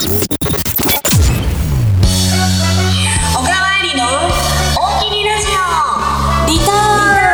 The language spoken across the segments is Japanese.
小川えりの大喜利ラジオリタ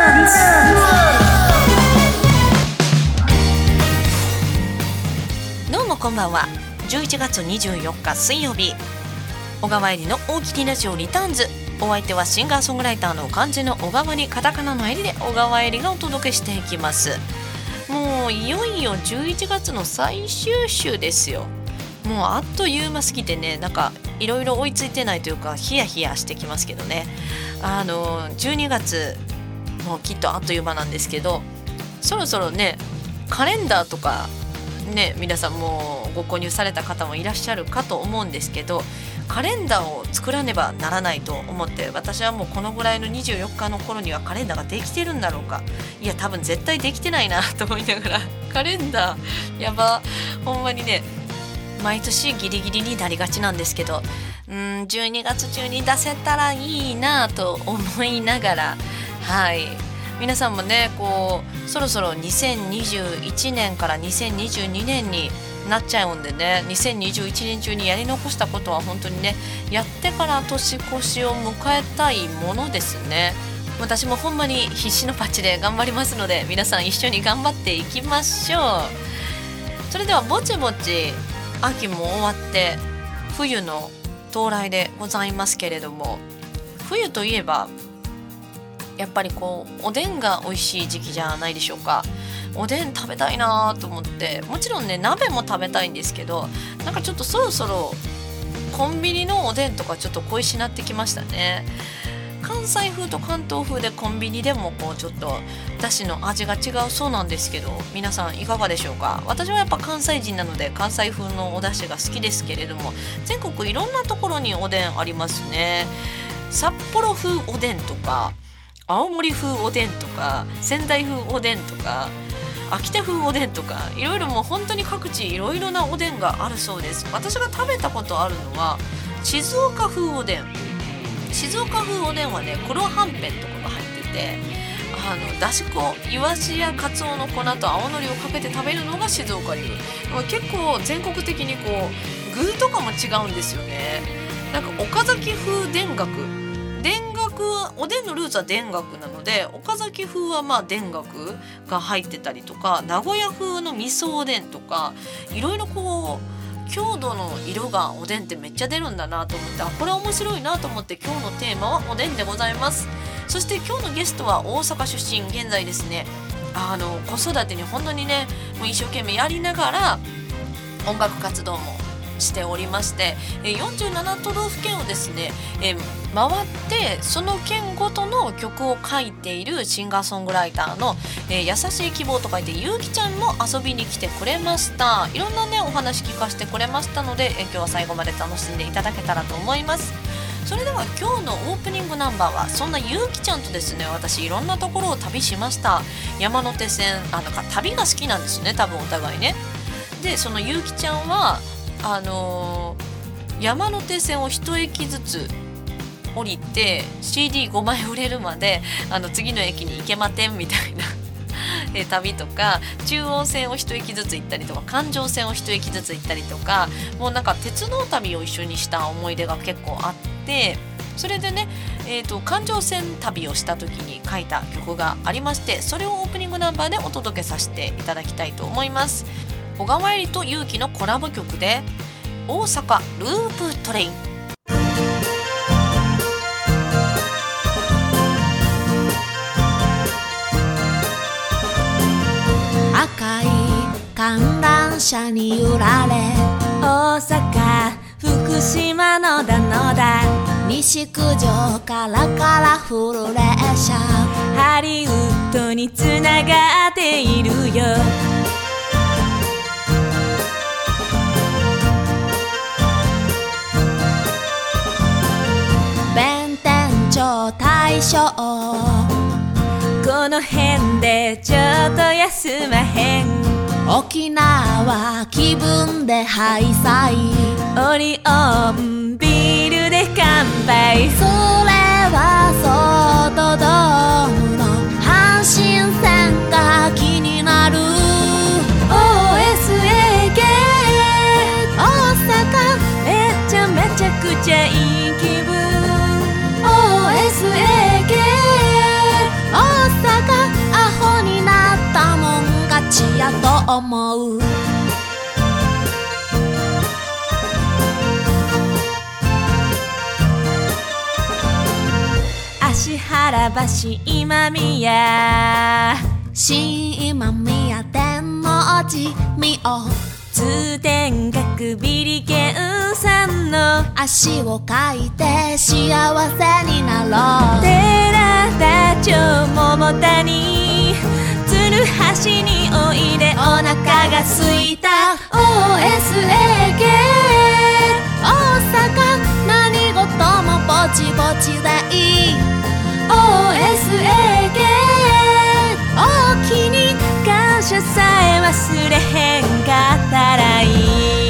ーンズ。どうもこんばんは。11月24日水曜日、小川えりの大喜利ラジオリターンズ。お相手はシンガーソングライターの漢字の小川にカタカナのえりで小川えりがお届けしていきます。もういよいよ11月の最終週ですよ。もうあっという間すぎてね、なんかいろいろ追いついてないというかヒヤヒヤしてきますけどね。12月もうきっとあっという間なんですけど、そろそろねカレンダーとかね、皆さんもご購入された方もいらっしゃるかと思うんですけど、カレンダーを作らねばならないと思って、私はもうこのぐらいの24日の頃にはカレンダーができてるんだろうか。いや多分絶対できてないなと思いながらカレンダーやば、ほんまにね毎年ギリギリになりがちなんですけど、12月中に出せたらいいなと思いながら、はい、皆さんもねこうそろそろ2021年から2022年になっちゃうんでね、2021年中にやり残したことは本当にねやってから年越しを迎えたいものですね。私もほんまに必死のパッチで頑張りますので、皆さん一緒に頑張っていきましょう。それではぼちぼち秋も終わって冬の到来でございますけれども、冬といえばやっぱりこうおでんが美味しい時期じゃないでしょうか。おでん食べたいなと思って、もちろんね鍋も食べたいんですけど、なんかちょっとそろそろコンビニのおでんとかちょっと恋しなってきましたね。関西風と関東風でコンビニでもこうちょっとだしの味が違うそうなんですけど、皆さんいかがでしょうか。私はやっぱ関西人なので関西風のお出汁が好きですけれども、全国いろんなところにおでんありますね。札幌風おでんとか青森風おでんとか仙台風おでんとか秋田風おでんとか、いろいろもう本当に各地いろいろなおでんがあるそうです。私が食べたことあるのは静岡風おでん。静岡風おでんはね黒はんぺんとかが入ってて、だし粉、イワシやカツオの粉と青のりをかけて食べるのが静岡流。結構全国的にこう具とかも違うんですよね。なんか岡崎風田楽、おでんのルーツは田楽なので、岡崎風はまあ田楽が入ってたりとか、名古屋風の味噌おでんとか、いろいろこう郷土の色がおでんってめっちゃ出るんだなと思って、これ面白いなと思って今日のテーマはおでんでございます。そして今日のゲストは大阪出身、現在ですね子育てに本当にねもう一生懸命やりながら音楽活動もしておりまして、47都道府県をですね、回ってその県ごとの曲を書いているシンガーソングライターの、優しい希望と書いてゆうきちゃんも遊びに来てくれました。いろんなねお話聞かせてくれましたので、今日は最後まで楽しんでいただけたらと思います。それでは今日のオープニングナンバーはそんなゆうきちゃんとですね、私いろんなところを旅しました。山手線旅が好きなんですね、多分お互いね。でそのゆうきちゃんは山手線を一駅ずつ降りて CD5 枚売れるまで次の駅に行けまてんみたいな旅とか、中央線を一駅ずつ行ったりとか、環状線を一駅ずつ行ったりとか、もうなんか鉄道旅を一緒にした思い出が結構あって、それでね、環状線旅をした時に書いた曲がありまして、それをオープニングナンバーでお届けさせていただきたいと思います。小川えりとゆうきのコラボ曲で大阪ループトレイン。 赤い観覧車に揺られ、大阪福島のだのだ、西九条からカラフル列車、ハリウッドにつながっているよ。弁天町大正、この辺でちょっと休まへん。沖縄気分でハイサイ、オリオンビールで乾杯。それはソートドームの阪神戦が気になる。 OSAK 大阪ちやと思う。芦原橋今宮、新今宮天王寺見よ、通天閣ビリケンさんの足をかいて幸せになろう。寺田町桃谷鶴橋においで、お腹が空いた OSAK 大阪、何事もぼちぼちでいい OSAK、 大きに感謝さえ忘れへんかったらいい。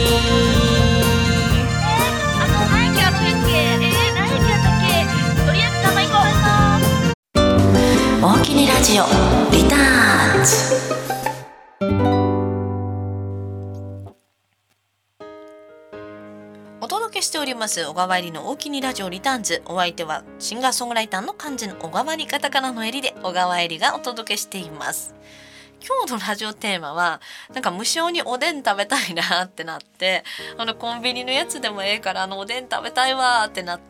何駅あるやっけ、何駅やったっけ、とりあえず名前行こう。 大きにラジオリターンズ。お届けしております小川入りの大きにラジオリターンズ。お相手はシンガーソングライターの漢字の小川入り、カタカナの襟で小川入りがお届けしています。今日のラジオテーマはなんか無性におでん食べたいなってなって、コンビニのやつでもええからおでん食べたいわってなって、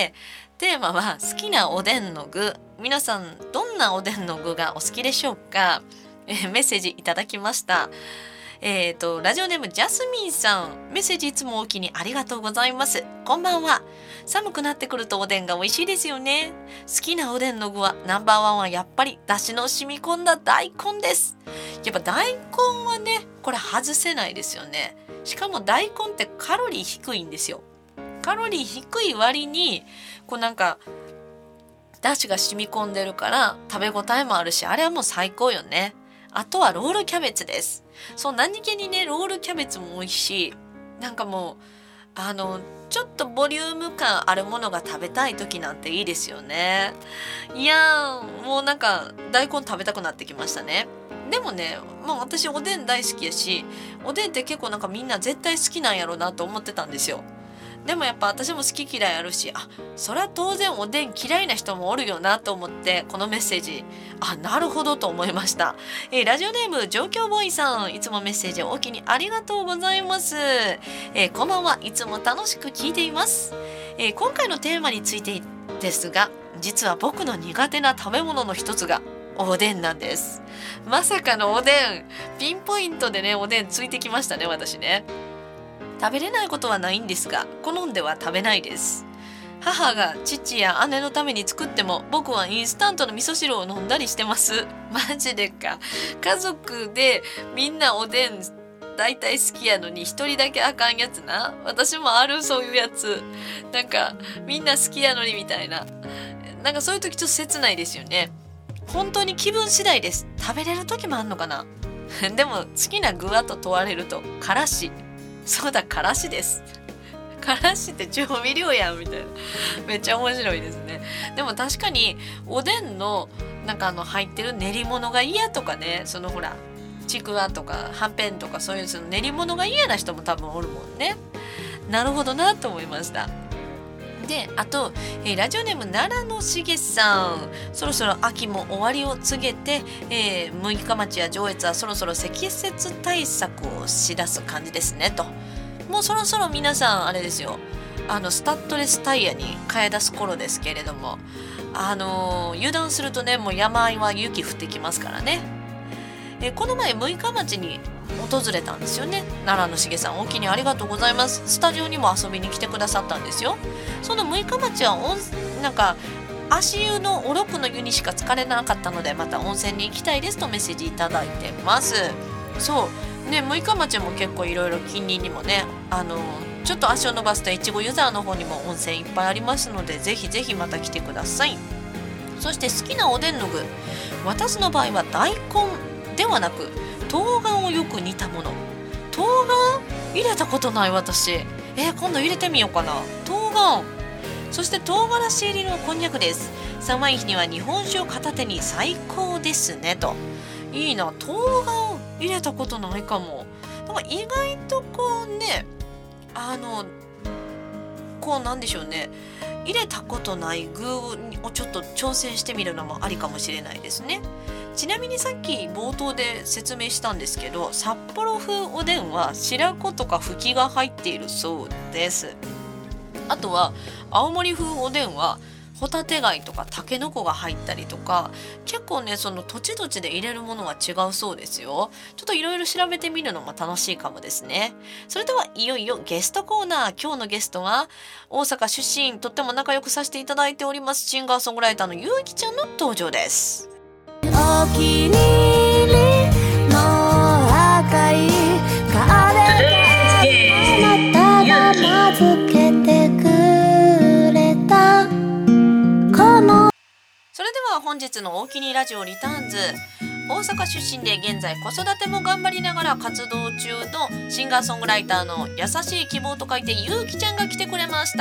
テーマは好きなおでんの具。皆さんどんなおでんの具がお好きでしょうか。メッセージいただきました。ラジオネームジャスミンさん、メッセージいつもお気にありがとうございます。こんばんは。寒くなってくるとおでんが美味しいですよね。好きなおでんの具はナンバーワンはやっぱりだしの染み込んだ大根です。やっぱ大根はね、これ外せないですよね。しかも大根ってカロリー低いんですよ。カロリー低い割にこうなんかだしが染み込んでるから食べ応えもあるし、あれはもう最高よね。あとはロールキャベツです。そう、何気にねロールキャベツも美味しい。なんかもうちょっとボリューム感あるものが食べたい時なんていいですよね。いやー、もうなんか大根食べたくなってきましたね。でもね、私おでん大好きやし、おでんって結構なんかみんな絶対好きなんやろうなと思ってたんですよ。でもやっぱ私も好き嫌いあるし、そりゃ当然おでん嫌いな人もおるよなと思って、このメッセージなるほどと思いました。ラジオネーム上京ボーイさん、いつもメッセージおおきにありがとうございます。こんばんは。いつも楽しく聞いています。今回のテーマについてですが、実は僕の苦手な食べ物の一つがおでんなんです。まさかのおでん、ピンポイントでねおでんついてきましたね。私ね、食べれないことはないんですが、好んでは食べないです。母が父や姉のために作っても、僕はインスタントの味噌汁を飲んだりしてます。マジでか。家族でみんなおでん大体好きやのに一人だけあかんやつな。私もある、そういうやつ。なんかみんな好きやのにみたいな。なんかそういう時ちょっと切ないですよね。本当に気分次第です。食べれる時もあんのかな。でも好きな具はと問われるとからし。そうだ、からしです。からしって調味料やんみたいな。めっちゃ面白いですね。でも確かにおでんのなんか入ってる練り物が嫌とかね、そのほらちくわとかはんぺんとかそういうその練り物が嫌な人も多分おるもんね。なるほどなと思いました。で、あと、ラジオネーム奈良のしげさん、そろそろ秋も終わりを告げて、六日町や上越はそろそろ積雪対策をしだす感じですねと。もうそろそろ皆さんあれですよ、スタッドレスタイヤに変え出す頃ですけれども、油断するとね、もう山あいは雪降ってきますからね。この前六日町に訪れたんですよね。奈良のしげさん、お気にありがとうございます。スタジオにも遊びに来てくださったんですよ。その六日町はなんか足湯のおろくの湯にしか浸かれなかったので、また温泉に行きたいですとメッセージいただいてます。そうね、六日町も結構いろいろ近隣にもね、ちょっと足を伸ばすと越後湯沢の方にも温泉いっぱいありますので、ぜひぜひまた来てください。そして好きなおでんの具、私の場合は大根ではなく冬瓜をよく煮たもの。冬瓜入れたことない私。今度入れてみようかな。冬瓜、そして唐辛子入りのこんにゃくです。寒い日には日本酒を片手に最高ですねと。いいな、冬瓜入れたことないかも。なんか意外とこうね、こうなんでしょうね、入れたことない具をちょっと挑戦してみるのもありかもしれないですね。 ちなみにさっき冒頭で説明したんですけど、札幌風おでんは白子とかふきが入っているそうです。あとは青森風おでんはホタテ貝とかタケノコが入ったりとか、結構ねその土地土地で入れるものは違うそうですよ。ちょっといろいろ調べてみるのも楽しいかもですね。それではいよいよゲストコーナー。今日のゲストは大阪出身、とっても仲良くさせていただいておりますシンガーソングライターのゆうきちゃんの登場です。 お気に入りの赤いカレーがあなたが名付けてくれたこの。 それでは本日の大きにラジオリターンズ、大阪出身で現在子育ても頑張りながら活動中のシンガーソングライターの優しい希望と書いてゆうきちゃんが来てくれました。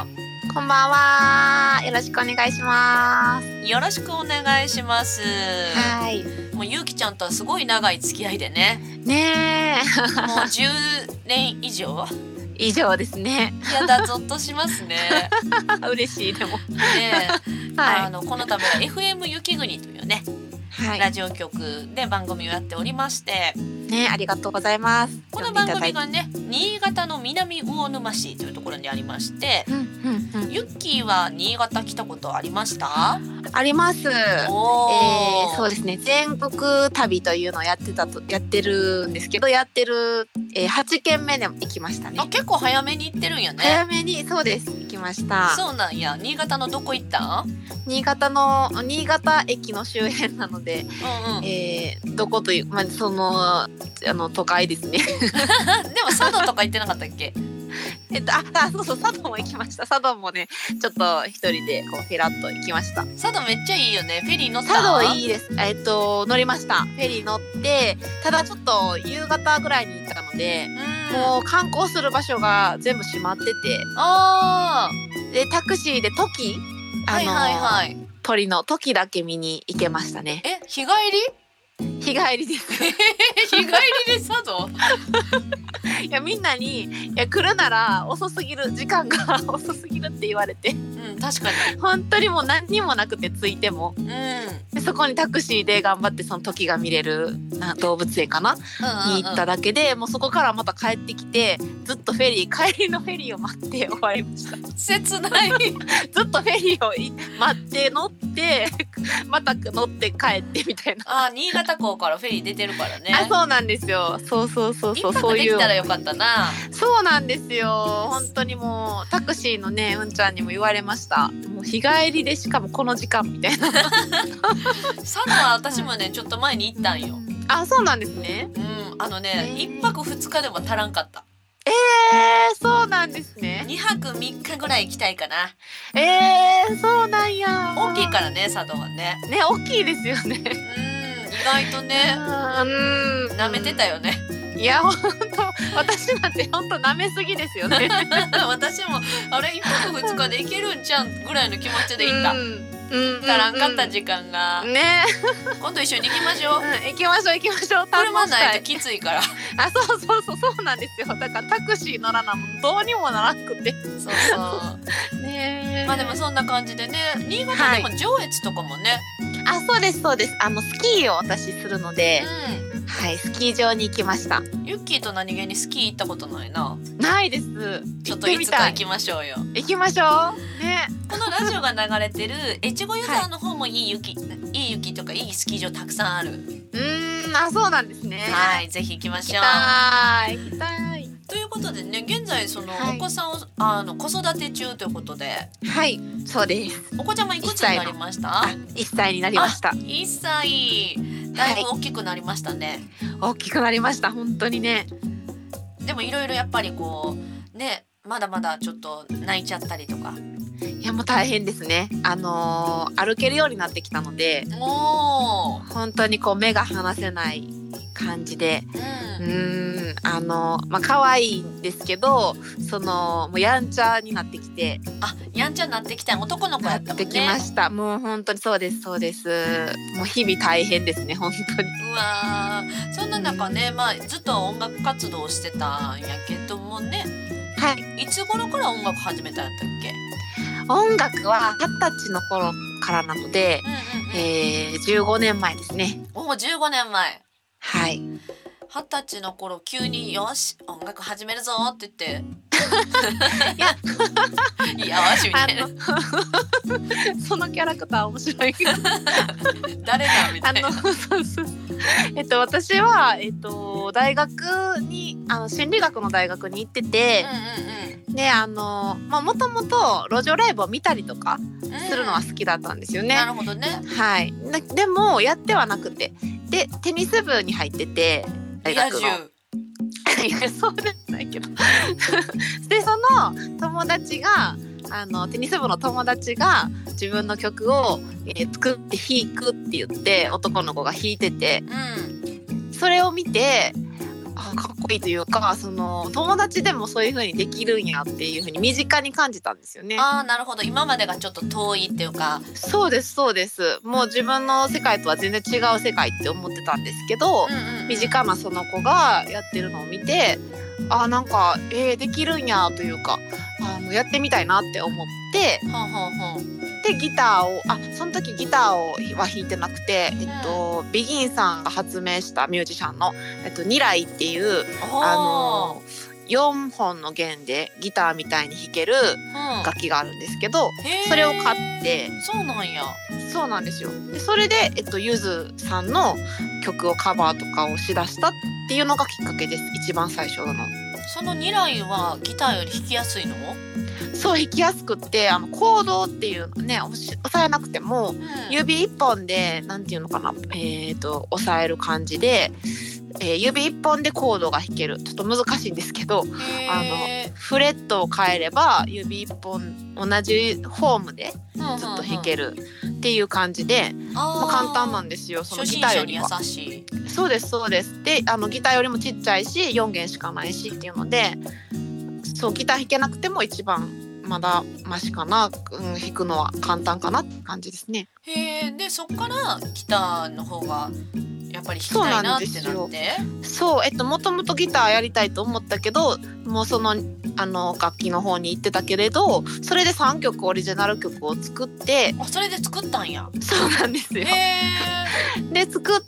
こんばんは。よろしくお願いします。 よろしくお願いします。 はい。 もうゆうきちゃんとはすごい長い付き合いでね。 ねえ。 もう10年以上以上ですね。 やだ、ゾッとしますね。 嬉しいでも。 ねえ、 はい。 この度は FM 雪国というね、 はい。 ラジオ局で番組をやっておりまして、 ね、ありがとうございます。 この番組がね、新潟の南魚沼市というところにありまして、ユッキーは新潟来たことありました？ あります。そううですね。全国旅というのをやってるんですけど、8軒目でも行きましたね。 結構早めに行ってるんやね。 早めに、そうです。行きました。 そうなんや。新潟のどこ行ったん？ 新潟駅の周辺なので、どこという、都会ですね。 でも佐渡とか行ってなかったっけ？ そうそう、佐渡も行きました。佐渡もね、ちょっと一人でこうフェラッと行きました。 佐渡めっちゃいいよね。フェリー乗った？ 佐渡いいです。乗りました。フェリー乗って、ただちょっと夕方ぐらいに行ったので、もう観光する場所が全部閉まってて、でタクシーでトキ、鳥のトキだけ見に行けましたね。 日帰日帰りです。 日帰りで佐渡？ いや、みんなに来るなら時間が遅すぎるって言われて、 確かに本当にもう何にもなくて、着いても、でそこにタクシーで頑張ってその時が見れる動物園かな、に行っただけで、もうそこからまた帰ってきて、ずっと帰りのフェリーを待って終わりました。 切ない。 ずっとフェリーを待って乗ってまた乗って帰ってみたいな。 新潟港からフェリー出てるからね。 そうなんですよ。そう一泊できたらよかったな。 そうなんですよ。本当にもうタクシーのね、うんちゃんにも言われました。もう日帰りでしかもこの時間みたいな。 佐渡は私もねちょっと前に行ったんよ。 そうなんですね。 1泊2日でも足らんかった。 そうなんですね。 2泊3日ぐらい行きたいかな。 そうなんや。 大きいからね、佐渡はね。 ね、大きいですよね。 意外とね、舐めてたよね。 いや、本当私なんて本当舐めすぎですよね。 私もあれ1泊2日で行けるんちゃんぐらいの気持ちで行った。足らんかった時間が。ね。今度一緒に行きましょう。 行きましょう。 車ないときついから。 そうなんですよ。だからタクシー乗らなもどうにもならなくて。 そうね。まあでもそんな感じでね、新潟でも上越とかもね。 そうです。スキーを私するので、スキー場に行きました。 ユッキーと何気にスキー行ったことないな。 ないです。 ちょっといつか行きましょうよ。 行きましょうね。 このラジオが流れてる越後湯沢の方もいい雪とかいいスキー場たくさんある。 そうなんですね。 はい、ぜひ行きましょう。 行きたい。 ということでね、現在そのお子さんを子育て中ということで。 はい、そうです。 お子ちゃまいくつになりました？ 1歳になりました。 1歳。だいぶ大きくなりましたね。 大きくなりました、本当にね。 でもいろいろやっぱりこうね、まだまだちょっと泣いちゃったりとか。 いや、もう大変ですね。歩けるようになってきたので、本当にこう目が離せない感じで、可愛いんですけど、もうやんちゃになってきて。 やんちゃになってきた。男の子やったもんね。 なってきました。もう本当にそうです。もう日々大変ですね、本当に。 うわー、そんな中ね、ずっと音楽活動をしてたんやけどもね。いつ頃から音楽始めたんやったっけ？ 音楽は20歳の頃からなので、15年前ですね。 おお、15年前。 はい。 20歳の頃急によし音楽始めるぞって言っていやよしみたいなそのキャラクター面白い誰だみたいな私は、大学に心理学の大学に行ってて、でもともと路上ライブを見たりとかするのは好きだったんですよね。 なるほどね。 はい。でもやってはなくて、でテニス部に入ってて、大学の。いやそうじゃないけどでその友達がテニス部の友達が自分の曲を、作って弾くって言って男の子が弾いてて、それを見てかっこいいというか、その友達でもそういう風にできるんやっていう風に身近に感じたんですよね。 ああ、なるほど。今までがちょっと遠いっていうか。 そうですそうです。もう自分の世界とは全然違う世界って思ってたんですけど、身近なその子がやってるのを見て、なんかできるんやというか、やってみたいなって思って、でギターをその時ギターは弾いてなくて、ビギンさんが発明したミュージシャンの、ニライっていう4本の弦でギターみたいに弾ける楽器があるんですけど、それを買って。 そうなんや。 そうなんですよ。でそれで、ゆずさんの曲をカバーとかをしだしたっていうのがきっかけです。一番最初の。 そのニライはギターより弾きやすいの？ そう、弾きやすくってコードっていうのね、押さえなくても、指一本でなんていうのかな、押さえる感じで、指一本でコードが弾ける。ちょっと難しいんですけど、フレットを変えれば指一本同じフォームでずっと弾けるっていう感じで、簡単なんですよ。そのギターよりは。 初心者に優しい。 そうですそうです。でギターよりもちっちゃいし4弦しかないしっていうので、そうギター弾けなくても一番まだマシかな、弾くのは簡単かなって感じですね。 でそっからギターの方がやっぱり弾きたいなってなって。 そうもともとギターやりたいと思ったけど、もうその楽器の方に行ってたけれど、それで3曲オリジナル曲を作って。 それで作ったんや。 そうなんですよ。で作って、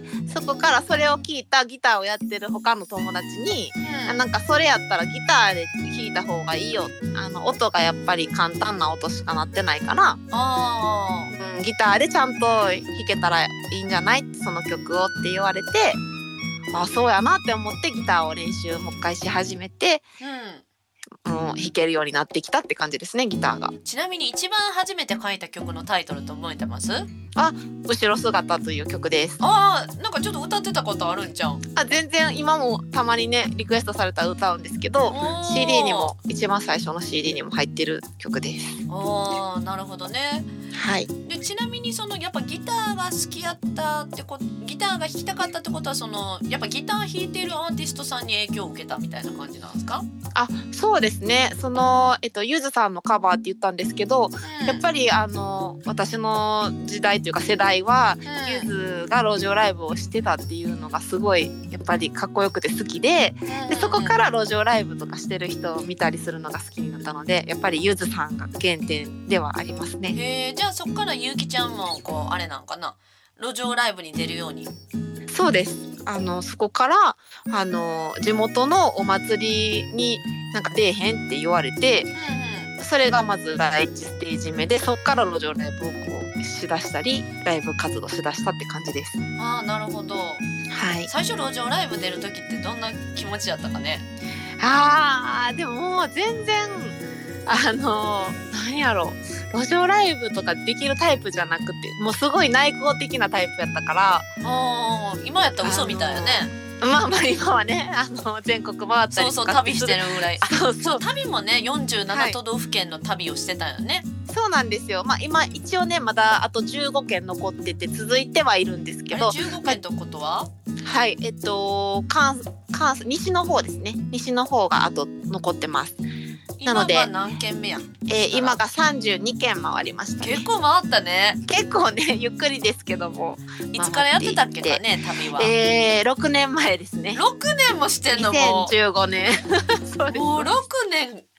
そこからそれを聞いたギターをやってる他の友達に、なんかそれやったらギターで弾いた方がいいよ、音がやっぱり簡単な音しかなってないから、ギターでちゃんと弾けたらいいんじゃない、その曲をって言われて、そうやなって思ってギターを練習もう一回し始めて、弾けるようになってきたって感じですね、ギターが。 ちなみに一番初めて書いた曲のタイトルって覚えてます？ 後ろ姿という曲です。 なんかちょっと歌ってたことあるんちゃう？ 全然今もたまにねリクエストされたら歌うんですけど、CD にも一番最初の CD にも入ってる曲です。 なるほどね。 はい。 でちなみにやっぱギターが好きやったってギターが弾きたかったってことは、やっぱギター弾いているアーティストさんに影響を受けたみたいな感じなんですか？ そうですね。ゆずさんのカバーって言ったんですけど、やっぱり私の時代というか世代は、ゆずが路上ライブをしてたっていうのがすごいやっぱりかっこよくて好きで、そこから路上ライブとかしてる人を見たりするのが好きになったので、やっぱりゆずさんが原点ではありますね。 じゃあそっからゆうきちゃんもあれなんかな、路上ライブに出るように。 そうです。そこから地元のお祭りになんか出えへんって言われて、それがまず第一ステージ目で、そこから路上ライブをしだしたりライブ活動しだしたって感じです。 なるほど。 はい。 最初路上ライブ出る時ってどんな気持ちだったかね？ でももう全然何やろ、路上ライブとかできるタイプじゃなくて、もうすごい内向的なタイプやったから。 今やったら嘘みたいよね。 まあ今はね全国回ったりとか旅してるぐらい。 そう旅もね47都道府県の旅をしてたよね。 そうなんですよ。今一応ねまだあと15県残ってて続いてはいるんですけど。 15県ってことは？ はい、関西西の方ですね。西の方があと残ってます。なので今が何県目や？ 今が32県回りましたね。 結構回ったね。 結構ねゆっくりですけども。 いつからやってたっけかね、旅は。 6年前ですね。 6年もしてんの？もう 2015年そうです。 もう6年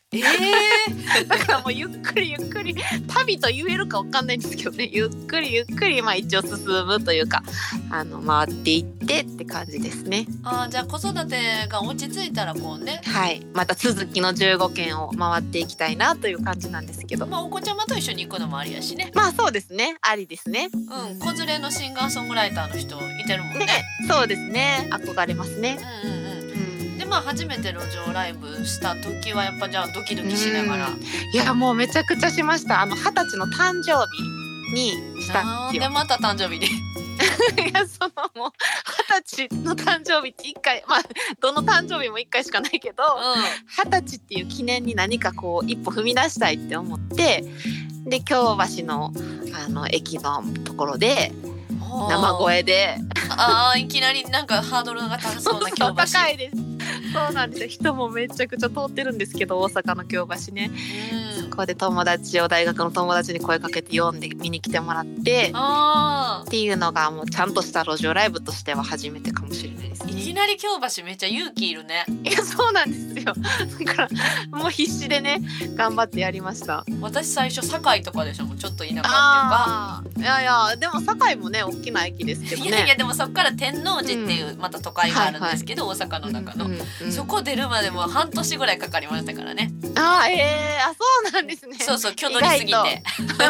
だからもうゆっくりゆっくり旅と言えるかわかんないんですけどね、ゆっくりゆっくり一応進むというか回っていってって感じですね。 じゃあ子育てが落ち着いたらこうね、 はいまた続きの15軒を回っていきたいなという感じなんですけど、 お子ちゃまと一緒に行くのもありやしね。 そうですね、ありですね。 子連れのシンガーソングライターの人いてるもんね。 そうですね、憧れますね。 で初めて路上ライブした時はやっぱじゃあドキドキしながら、 いやもうめちゃくちゃしました。20歳の誕生日にしたんですよ。 でまた誕生日にいやもう20歳の誕生日って1回どの誕生日も1回しかないけど、20歳っていう記念に何かこう一歩踏み出したいって思って、で京橋の駅のところで生声でいきなりなんかハードルが高そうな京橋。 高いです。そうなんですよ。人もめちゃくちゃ通ってるんですけど、大阪の京橋ね。そこで大学の友達に声かけて読んで見に来てもらってっていうのがもうちゃんとした路上ライブとしては初めてかもしれないですね。 いきなり京橋めっちゃ勇気いるね。 いやそうなんですよ。だからもう必死でね頑張ってやりました。 私最初堺とかでしょ、もうちょっと田舎っていうか。 いやでも堺もね大きな駅ですけどね。 いやでもそっから天王寺っていうまた都会があるんですけど、大阪の中の、そこ出るまでも半年ぐらいかかりましたからね。 そうなんですね。 そう挙取りすぎて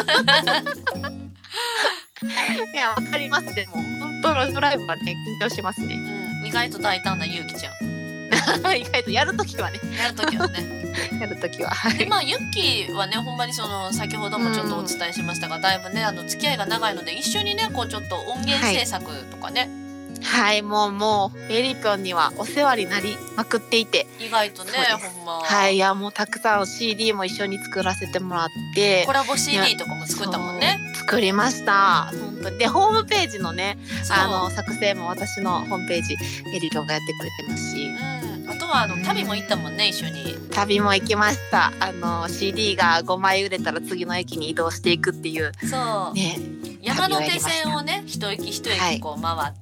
いやわかります。でも本当路上ライブはね緊張しますね。 意外と大胆なゆうきちゃん意外とやるときはねやるときはでゆっきはねほんまに先ほどもちょっとお伝えしましたが、だいぶね付き合いが長いので一緒にねこうちょっと音源制作とかね、 もうエリぴょんにはお世話になりまくっていて、 意外とねほんまいやもうたくさん CD も一緒に作らせてもらって、 コラボ CD とかも作ったもんね。 作りました本当に。でホームページのね作成も私のホームページエリぴょんがやってくれてますし、 あとは旅も行ったもんね、一緒に。 旅も行きました。CD が5枚売れたら次の駅に移動していくっていうそう、 ね、 山手線をね一駅一駅こう回って、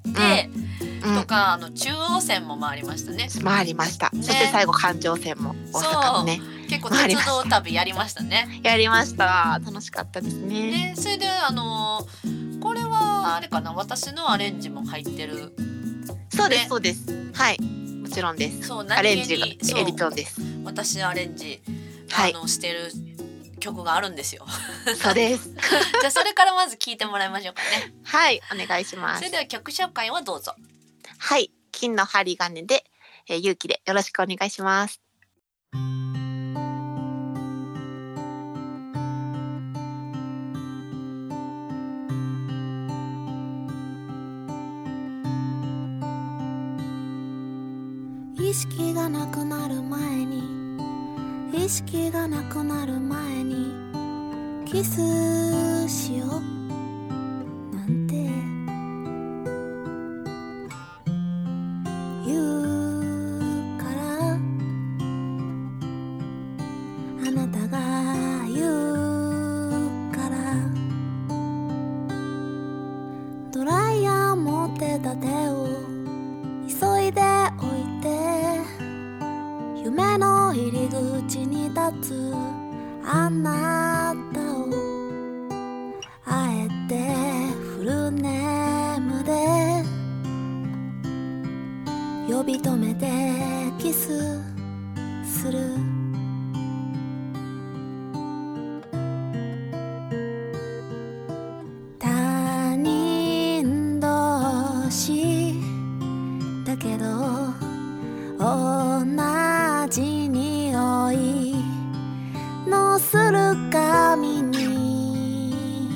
とか中央線も回りましたね。 回りました、そして最後環状線も大阪のね結構鉄道旅やりましたね。 やりました。楽しかったですね。 それでこれはあれかな、私のアレンジも入ってる。 そうです、そうです。はいもちろんです。アレンジがエリぴょんです。 私アレンジしてる曲があるんですよ。 そうですじゃあそれからまず聞いてもらいましょうかね。 はいお願いします。 それでは曲紹介をどうぞ。 はい金の針金で、勇気でよろしくお願いします。 意識がなくなる前に、意識がなくなる前にキスしようなんて言うから、あなたが言うから、ドライヤー持ってた手を急いで置いて、夢の入り口に立つあなたをあえてフルネームで呼び止めてキスする。他人同士だけど同じ匂いのする髪に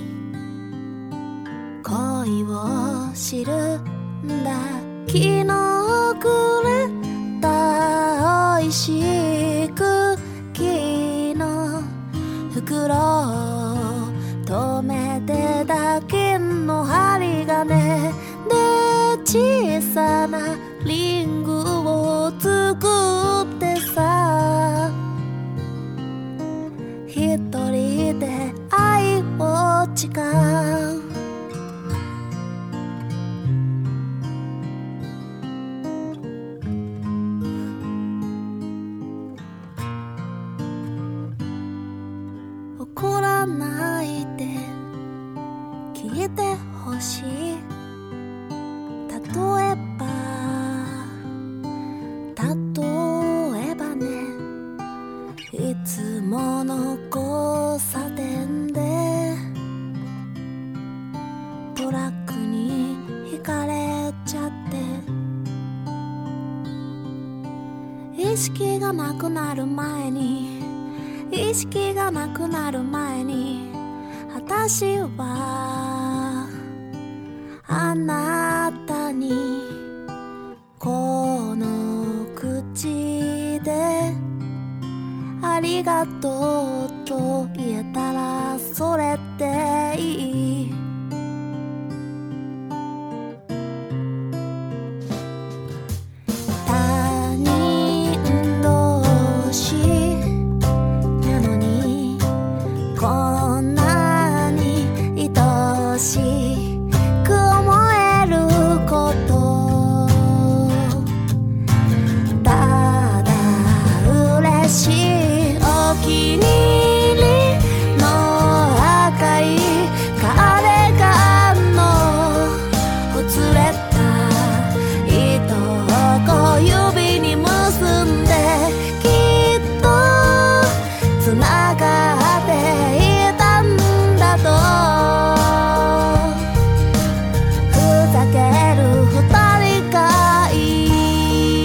恋を知るんだ。昨日くれた美味しく木の袋を止めてだけの針金で小さなリングを作ってさ、一人で愛を誓う。 かないで聞いてほしい。例えばね、いつもの交差点でトラックにひかれちゃって、意識がなくなる前に私はあなたにこの口でありがとうと言えたらそれでいい。他人同士なのにこんなに愛しく思えること、ただ嬉しい。お気に入りの赤いカーディガンのほつれた糸を小指に結んで、きっとつながっていたんだと。ふざける二人がいい。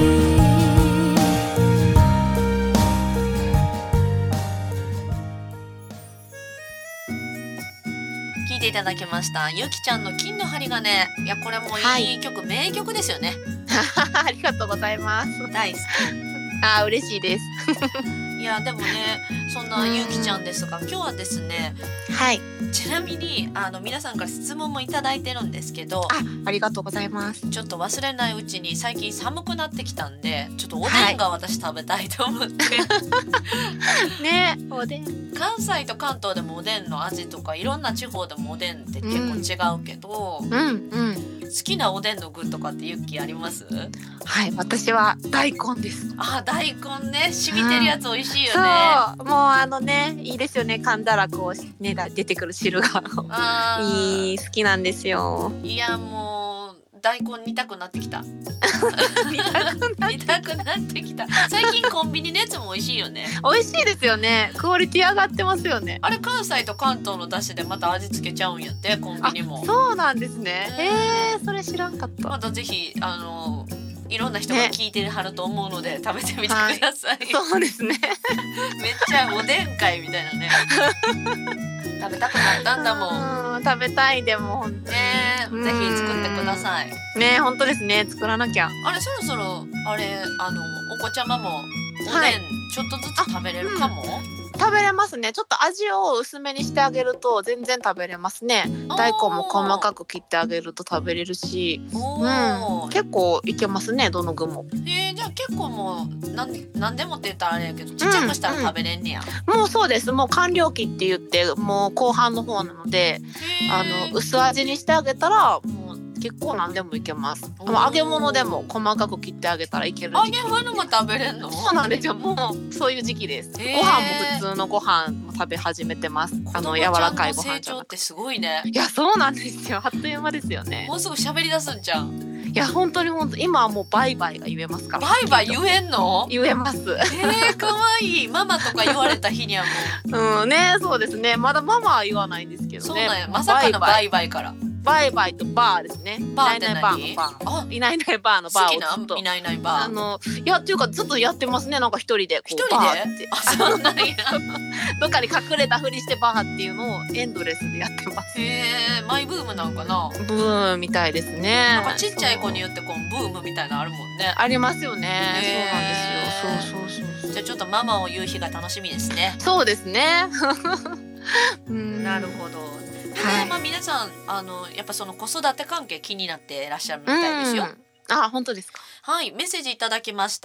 聞いていただきましたゆきちゃんの金の針金。いやこれもいい曲、名曲ですよね。 ありがとうございます。 大好嬉しいです。 き。いやでもね、そんなゆきちゃんですが、今日はですね、 はい。 ちなみに皆さんから質問もいただいてるんですけど、 ありがとうございます。 ちょっと忘れないうちに、最近寒くなってきたんで、ちょっとおでんが私食べたいと思って、 ね、おでん。 関西と関東でもおでんの味とか、いろんな地方でもおでんって結構違うけど、好きなおでんの具とかってユッキーあります？ はい、私は大根です。 大根ね、染みてるやつ美味しいよね。 そう、もういいですよね。噛んだらこうね、出てくる汁が好きなんですよ。 いやもう大根煮たくなってきた。煮たくなってきた。最近コンビニのやつも美味しいよね。 美味しいですよね。クオリティ上がってますよね。 あれ関西と関東の出汁でまた味付けちゃうんやって、コンビニも。 そうなんですね。それ知らんかった。 またぜひいろんな人が聞いてはると思うので、食べてみてください。 そうですね。 めっちゃおでん会みたいなね。食べたくなったんだもん。 食べたい。でもね、ぜひ作ってくださいね。本当ですね、作らなきゃ。 あれそろそろお子ちゃまもおでんちょっとずつ食べれるかも。 食べれますね。ちょっと味を薄めにしてあげると全然食べれますね。大根も細かく切ってあげると食べれるし、結構いけますね、どの具も。 じゃあ結構もうなんでもって言ったらあれやけど、ちっちゃくしたら食べれんねや。 もうそうです。もう完了期って言って、もう後半の方なので、薄味にしてあげたらもう結構何でもいけます。揚げ物でも細かく切ってあげたらいける時期。 揚げ物も食べれんの？ そうなんですよ。もうそういう時期です。ご飯も普通のご飯も食べ始めてます。柔らかいご飯じゃなくて。 成長ってすごいね。 いやそうなんですよ。あっという間ですよね。 もうすぐ喋り出すんじゃん。 いや本当に今はもうバイバイが言えますから。 バイバイ言えんの？ 言えます。 可愛いママとか言われた日にはもうね、そうですね。まだママは言わないんですけどね。 そうなんや。まさかのバイバイから。 バイバイとバーですね。 バーって何？ いないいないバーのバーを好きな？いないいないバー。 いやっていうかずっとやってますね。なんか一人で一人で。そうなんや。 どっかに隠れたふりしてバーっていうのをエンドレスでやってます。 マイブームなんかな。 ブームみたいですね。 なんかちっちゃい子によってこうブームみたいなのあるもんね。 ありますよね。そうなんですよ。そう。 じゃあちょっとママを言う日が楽しみですね。 そうですね。 なるほど。皆さんやっぱその子育て関係気になっていらっしゃるみたいですよ。 本当ですか。 はい、メッセージいただきました。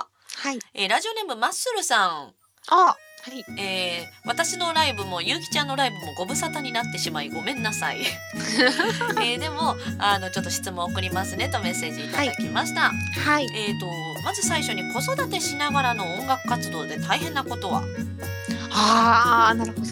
はい。 ラジオネームマッスルさん。 はい。 私のライブもゆうきちゃんのライブもご無沙汰になってしまいごめんなさい。でもちょっと質問送りますねとメッセージいただきました。 はい。 まず最初に子育てしながらの音楽活動で大変なことは？ なるほど。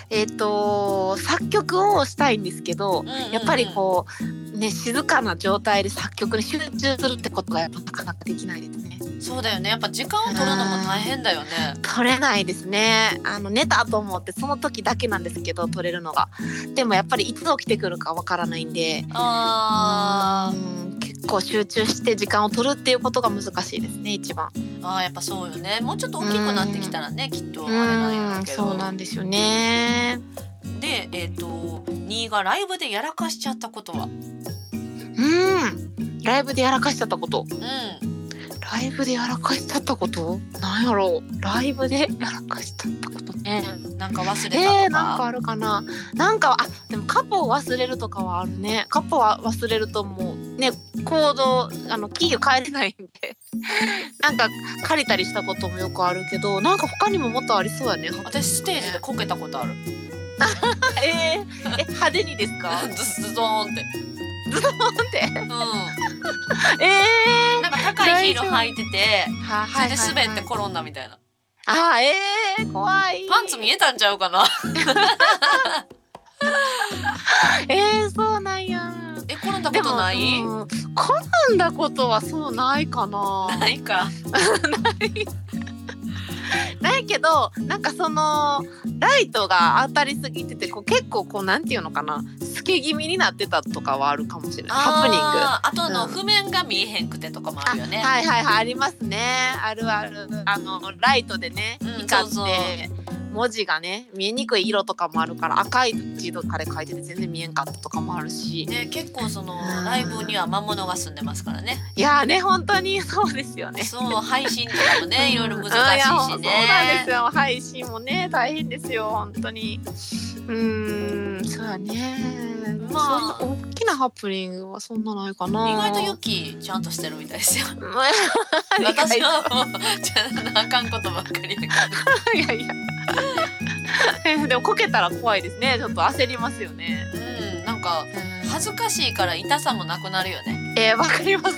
作曲をしたいんですけど、やっぱりこうね、静かな状態で作曲に集中するってことがやっぱなかなかできないですね。 そうだよね。やっぱ時間を取るのも大変だよね。 取れないですね。寝たと思ってその時だけなんですけど取れるのが。でもやっぱりいつ起きてくるかわからないんで、結構集中して時間を取るっていうことが難しいですね、一番。 やっぱそうよね。もうちょっと大きくなってきたらね、きっとあれなんやけど。 そうなんですよね。 で、2がライブでやらかしちゃったことは？ ライブでやらかしちゃったこと。ライブでやらかしちゃったこと？なんやろう。ライブでやらかしちゃったことね。 なんか忘れたとか。 なんかあるかな。なんかでもカポを忘れるとかはあるね。カポは忘れるともうね、コードキーを変えれないんでなんか借りたりしたこともよくあるけど、なんか他にももっとありそうやね。 私ステージでこけたことある。 派手にですか？ ズドーンって。 ズドーンって。 なんか高いヒール履いてて、それで滑って転んだみたいな。 怖い。 パンツ見えたんちゃうかな。 そうなんや。 転んだことない？ 転んだことはそうないかな。 ないか。 ないけど、なんかそのライトが当たりすぎてて結構なんていうのかな、透け気味になってたとかはあるかもしれない。ハプニング。 あと譜面が見えへんくてとかもあるよね。 ありますね。あるある。ライトでね、光って文字がね見えにくい色とかもあるから、赤い字とかで書いてて全然見えんかったとかもあるし、 結構そのライブには魔物が住んでますからね。 いやね、本当にそうですよね。 そう、配信とかもねいろいろ難しいしね。 そうなんですよ。配信もね大変ですよ、本当に。そうやね。大きなハプニングはそんなないかな。 意外とユキちゃんとしてるみたいですよ。私はもうちゃんとあかんことばっかりやから。 いやでもこけたら怖いですね。ちょっと焦りますよね。 なんか恥ずかしいから痛さもなくなるよね。 わかります。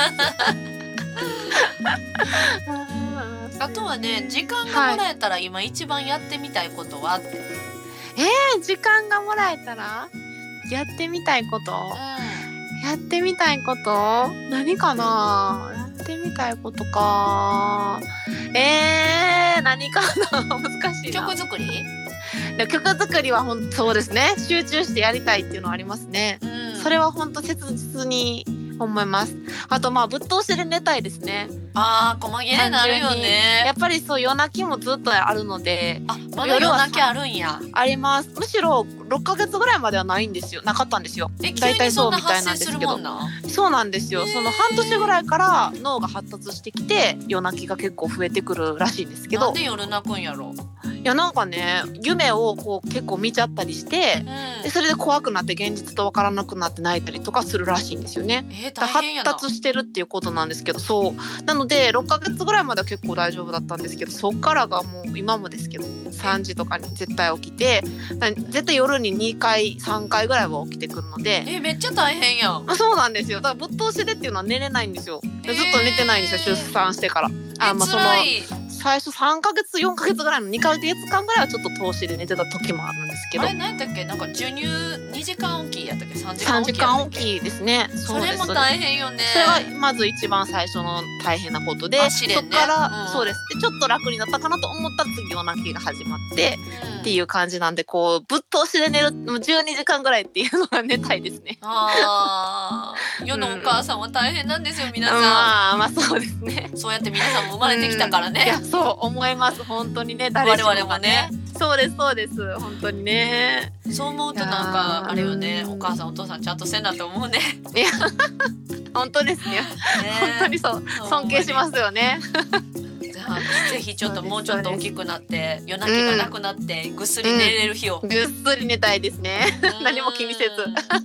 あとはね、時間がもらえたら今一番やってみたいことはって。 時間がもらえたらやってみたいこと、やってみたいこと何かな。やってみたいことか。何かな。難しいな。 曲作り？ 曲作りはそうですね。集中してやりたいっていうのはありますね。それは本当切実に思います。あとぶっ通しで寝たいですね。 細切れなるよね。 やっぱりそう、夜泣きもずっとあるので。 まだ夜泣きあるんや。 あります。むしろ6ヶ月ぐらいまではないんですよ。なかったんですよ。大体そうみたいなんですけど。そうなんですよ。その半年ぐらいから脳が発達してきて夜泣きが結構増えてくるらしいんですけど。 なんで夜泣くんやろ。 いやなんかね、夢を結構見ちゃったりして、でそれで怖くなって現実と分からなくなって泣いたりとかするらしいんですよね。発達してるっていうことなんですけど、そうなので6ヶ月ぐらいまでは結構大丈夫だったんですけど、そっからがもう今もですけど3時とかに絶対起きて、絶対夜に2回3回ぐらいは起きてくるので。 めっちゃ大変やん。 そうなんですよ。だからぶっ通しでっていうのは寝れないんですよ。ずっと寝てないんですよ、出産してから。 辛い。 最初3ヶ月4ヶ月ぐらいの2ヶ月間ぐらいはちょっと通しで寝てた時もあるんですけど。 あれ何だっけ、なんか授乳2時間おきやったっけ、3時間おきですね。 それも大変よね。 それがまず一番最初の大変なことで、そっから、そうです。でちょっと楽になったかなと思ったら次夜泣きが始まって、っていう感じなんで、ぶっ通しで寝る12時間ぐらいっていうのが寝たいですね。 世のお母さんは大変なんですよ、皆さん。そうですね。 そうやって皆さんも生まれてきたからね。 いやそう思います、本当にね。 我々もね。 そうですそうです、本当にね。 そう思うとなんかあれよね、お母さんお父さんちゃんとせんなと思うね。 いや本当ですね。本当にそう、尊敬しますよね。 ぜひちょっともうちょっと大きくなって夜泣きがなくなってぐっすり寝れる日を、 ぐっすり寝たいですね。何も気にせず。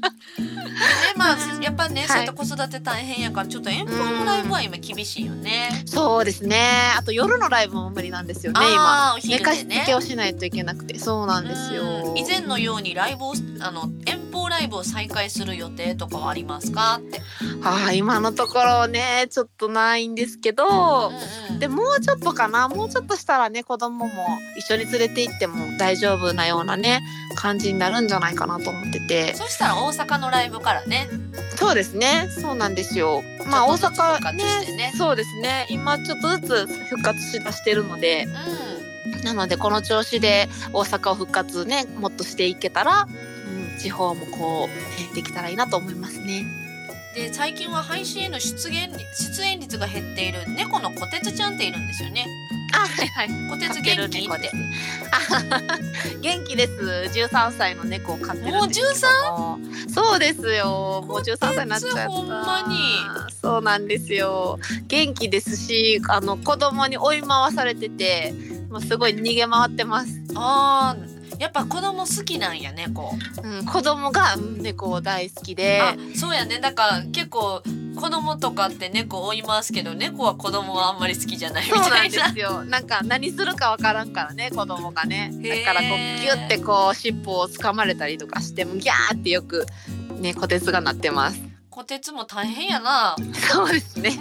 やっぱね、そういった子育て大変やからちょっと遠方のライブは今厳しいよね。 そうですね。あと夜のライブも無理なんですよね、今。寝かしつけをしないといけなくて。そうなんですよ。 以前のようにライブを遠方ラライブを再開する予定とかはありますかって。 今のところねちょっとないんですけど、でもうちょっとかな、もうちょっとしたらね子供も一緒に連れて行っても大丈夫なようなね感じになるんじゃないかなと思ってて。 そしたら大阪のライブからね。 そうですね、そうなんですよ。大阪ね、 そうですね、今ちょっとずつ復活しだしてるので、なのでこの調子で大阪を復活ねもっとしていけたら、地方もこう、できたらいいなと思いますね。 で最近は配信への出演率が減っている猫のこてつちゃんっているんですよね。 はいはい。 こてつ元気って。 元気です。13歳の猫を飼ってるんですけども。 もう 13？ そうですよ。もう13歳になっちゃった。 ほんまに。 そうなんですよ。元気ですし、子供に追い回されてて、もうすごい逃げ回ってます。 やっぱ子供好きなんや猫。 子供が猫大好きで。 そうやね。だから結構子供とかって猫追いますけど、猫は子供はあんまり好きじゃないみたいな。 そうなんですよ。なんか何するかわからんからね、子供がね。だからこうギュッてこう尻尾を掴まれたりとかしてもギャーってよくねこてつがなってます。 こてつも大変やな。 そうですね。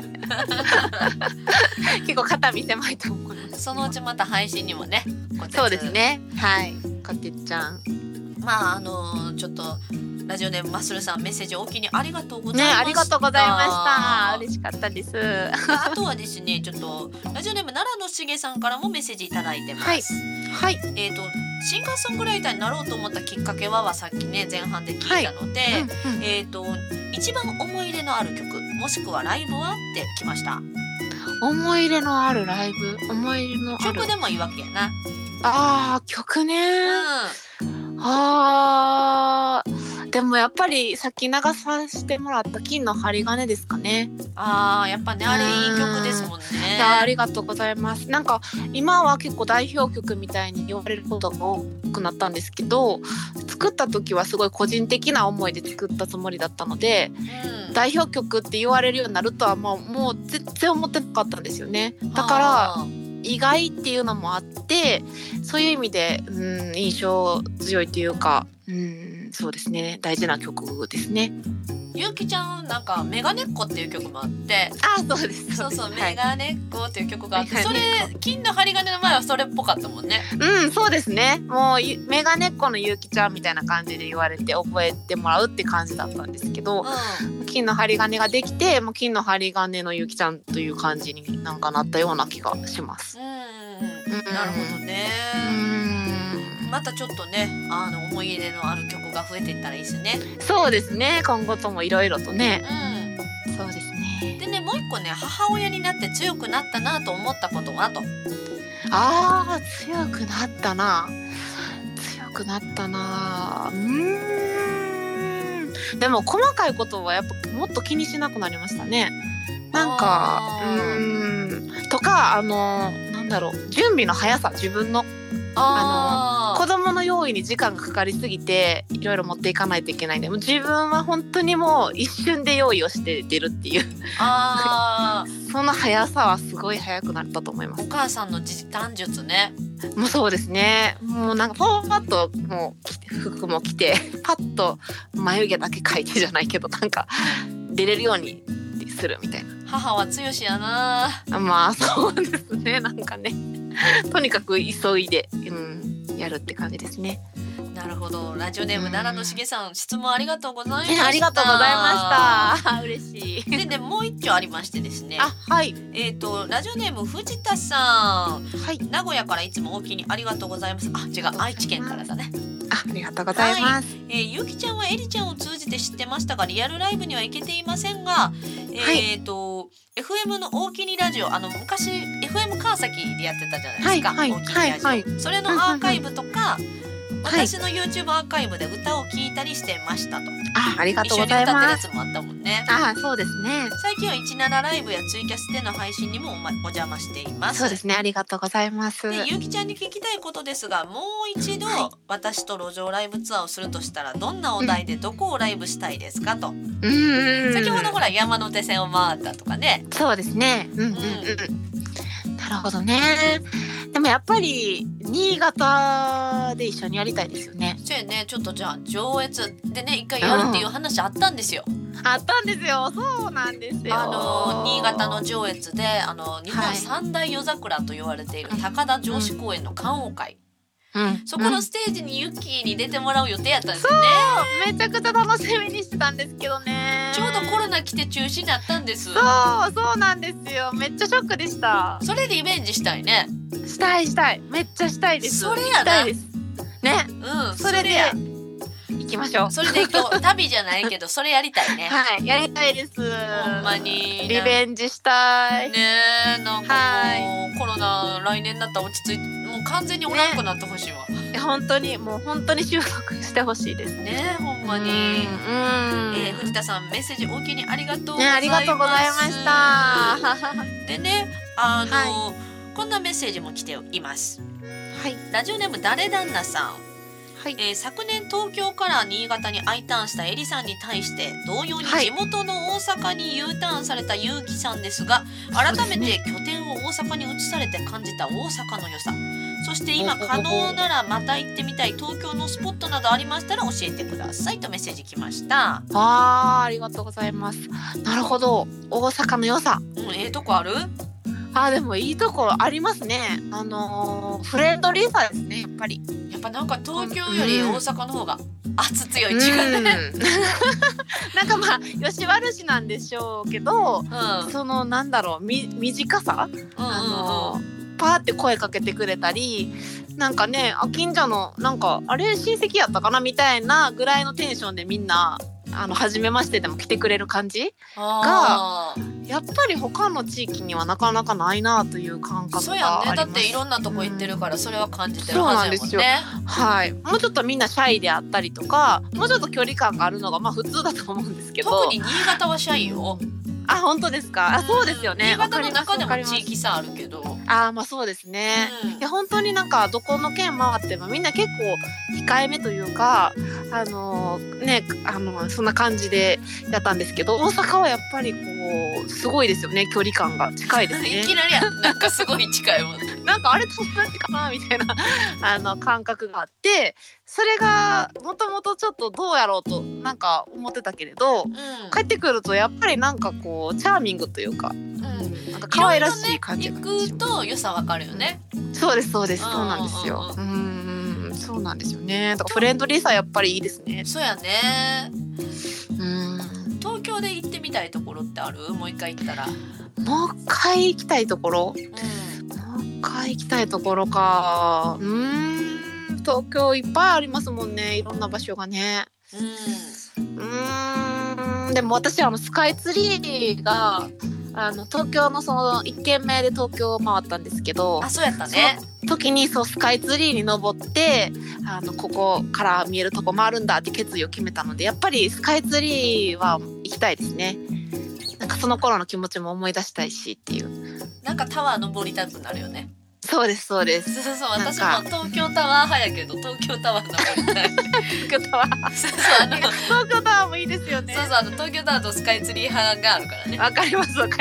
結構肩身狭いと思います。 そのうちまた配信にもね。 そうですね。はい。こてつちゃん。 ちょっとラジオネームマッスルさん、メッセージお気にありがとうございました。 ありがとうございました。嬉しかったです。 あとはですね、ちょっとラジオネーム奈良のしげさんからもメッセージいただいてます。 はい。 シンガーソングライターになろうと思ったきっかけはさっきね前半で聞いたので、一番思い入れのある曲もしくはライブはってきました。 思い入れのあるライブ、思い入れのある曲でもいいわけやな。 曲ね。でもやっぱりさっき流させてもらった金の針金ですかね。 やっぱねあれいい曲ですもんね。 ありがとうございます。なんか今は結構代表曲みたいに言われることが多くなったんですけど、作った時はすごい個人的な思いで作ったつもりだったので、代表曲って言われるようになるとはもう全然思ってなかったんですよね。だから意外っていうのもあって、そういう意味で印象強いというか、そうですね、大事な曲ですね。 ゆうきちゃんなんかメガネっ子っていう曲もあって、 そうです。 そうメガネっ子っていう曲があって、それ金の針金の前はそれっぽかったもんね。 そうですね。もうメガネっ子のゆうきちゃんみたいな感じで言われて覚えてもらうって感じだったんですけど、金の針金ができて、もう金の針金のゆうきちゃんという感じになんかなったような気がします。 なるほどね。またちょっとね思い入れのある曲が増えていったらいいですね。そうですね、今後ともいろいろとね。そうですね。でね、もう一個ね、母親になって強くなったなと思ったことはと。強くなったな。でも細かいことはやっぱもっと気にしなくなりましたね。なんかとかなんだろう、準備の速さ、自分の子供の用意に時間がかかりすぎていろいろ持っていかないといけないんで、もう自分は本当にもう一瞬で用意をして出るっていうその速さはすごい速くなったと思います。お母さんの時短術ね。もうそうですね。もうなんかパッともう服も着てパッと眉毛だけ描いてじゃないけど、なんか出れるようにするみたいな。母は強しやな。そうですね。なんかねとにかく急いで、やるって感じですね。なるほど。ラジオネーム奈良のしげさん、質問ありがとうございました。ありがとうございました。嬉しい。でね、もう一丁ありましてですね。はい。ラジオネーム藤田さん、名古屋からいつもお気にありがとうございます。違う、愛知県からだね。ありがとうございます。ゆきちゃんはえりちゃんを通じて知ってましたが、リアルライブには行けていませんが、FM の大きにラジオ、昔 FM 川崎でやってたじゃないですか、大きにラジオ、それのアーカイブとか、私の YouTube アーカイブで歌を聴いたりしてましたと。ありがとうございます。一緒に歌ってるやつもあったもんね。そうですね。最近は17ライブやツイキャスでの配信にもお邪魔しています。そうですね、ありがとうございます。で、ゆきちゃんに聞きたいことですが、もう一度、私と路上ライブツアーをするとしたらどんなお題でどこをライブしたいですかと。先ほどほら山手線を回ったとかね。そうですね。なるほどね。 でもやっぱり新潟で一緒にやりたいですよね。 そうやね。ちょっとじゃあ上越でね一回やるっていう話あったんですよ。 あったんですよ。そうなんですよ。 新潟の上越で日本三大夜桜と言われている高田城址公園の観桜会、そこのステージにユッキーに出てもらう予定やったんですよね。 めちゃくちゃ楽しみにしてたんですけどね。 ちょうどコロナ来て中止になったんです。 そうなんですよ。めっちゃショックでした。 それリベンジしたいね。 したいめっちゃしたいです。 それやな。 ね。それで行きましょう。 それで今日旅じゃないけどそれやりたいね。 はい、やりたいです。 ほんまにリベンジしたい。 ねえ、なんかもうコロナ来年になったら落ち着いてもう完全におらんくなってほしいわ。 本当に収束してほしいですね。ほんまに。藤田さんメッセージおおきにありがとうございます。 ありがとうございました。 でねこんなメッセージも来ています。 はい。 ラジオネーム誰旦那さん。 はい。 昨年東京から新潟に I ターンしたエリさんに対して同様に地元の大阪に U ターンされたゆうきさんですが、改めて拠点を大阪に移されて感じた大阪の良さ、そして今可能ならまた行ってみたい東京のスポットなどありましたら教えてくださいとメッセージ来ました。 ありがとうございます。なるほど、大阪の良さ。 とこある？ でもいいところありますね。フレンドリーさですね。やっぱなんか東京より大阪の方が圧強い違うね。 なんかよし悪しなんでしょうけど、その短さ、パーって声かけてくれたり、なんかね、近所のなんかあれ親戚やったかなみたいなぐらいのテンションでみんな初めましてでも来てくれる感じがやっぱり他の地域にはなかなかないなという感覚があります。 そうやね。だっていろんなとこ行ってるからそれは感じてるはずやもんね。 そうなんですよ。はい。もうちょっとみんなシャイであったりとか、もうちょっと距離感があるのが普通だと思うんですけど。 特に新潟はシャイよ。 本当ですか。そうですよね。 新潟の中でも地域差あるけど。 そうですね。いや本当になんかどこの県回ってもみんな結構控えめというかそんな感じでやったんですけど、大阪はやっぱりすごいですよね。距離感が近いですね。 いきなりなんかすごい近いもん。 なんかあれ友達かなみたいな感覚があって、それがもともとちょっとどうやろうとなんか思ってたけれど、帰ってくるとやっぱりなんかチャーミングというか、なんか可愛らしい感じが、 行くと良さわかるよね。 そうですそうなんですよ。そうなんですよね。だからフレンドリーさやっぱりいいですね。 そうやね。東京で行ってみたいところってある？もう一回行ったら。 もう一回行きたいところ？もう一回行きたいところか。東京いっぱいありますもんね。いろんな場所がね。でも私スカイツリーが東京のその1軒目で東京を回ったんですけど、 そうやったね。 その時にスカイツリーに登ってここから見えるとこ回るんだって決意を決めたので、やっぱりスカイツリーは行きたいですね。なんかその頃の気持ちも思い出したいしっていう。 なんかタワー登りたくなるよね。 そうですそうです。 そう私も東京タワー派やけど東京タワー登りたい。 東京タワー東京タワーもいいですよね。 東京タワーとスカイツリー派があるからね。 わかりますどっち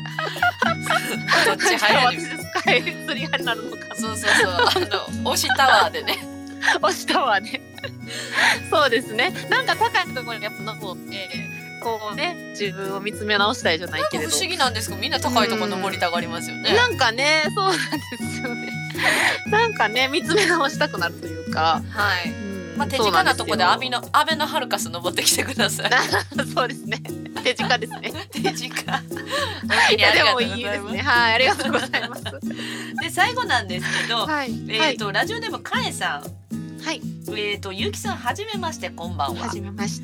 派やねん。スカイツリー派になるのか。 そう推しタワーでね。 推しタワーね。そうですね。なんか高いところにやっぱ登って自分を見つめ直したいじゃないけれど、 不思議なんですけどみんな高いところ登りたがりますよね。 なんかね、そうなんですよね。なんかね、見つめ直したくなるというか、 手近なとこでアベノハルカス登ってきてください。 そうですね。手近ですね。 手近。 でもいいですね。はい、ありがとうございます。 で最後なんですけど、ラジオネームかえさん。 はい。 ゆうきさんはじめましてこんばんは。 はじめまして。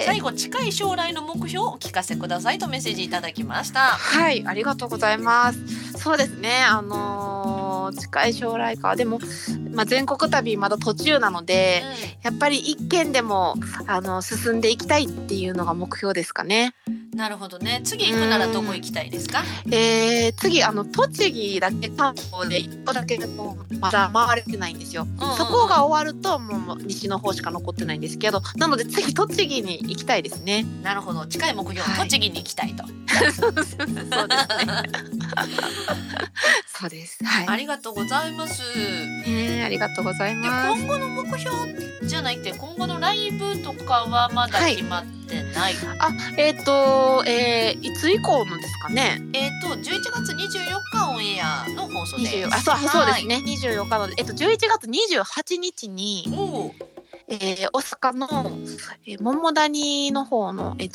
最後近い将来の目標をお聞かせくださいとメッセージいただきました。 はい、ありがとうございます。そうですね。近い将来か。でも全国旅まだ途中なので、やっぱり一軒でも進んでいきたいっていうのが目標ですかね。 なるほどね。次行くならどこ行きたいですか？ 次栃木だけ関東で1個だけまだ回れてないんですよ、そこが終わるともう西の方しか残ってないんですけど、なので次栃木に行きたいですね。 なるほど、近い目標、栃木に行きたいと。 そうですねそうです、はい、 ありがとうございます。 ありがとうございで、 ます。 今後の目標じゃないって今後のライブとかはまだ決まってない、 いつ以降のですかね。 11月24日オンエアの放送です。 そうですね、24日の11月28日に大阪の、桃谷の方の、で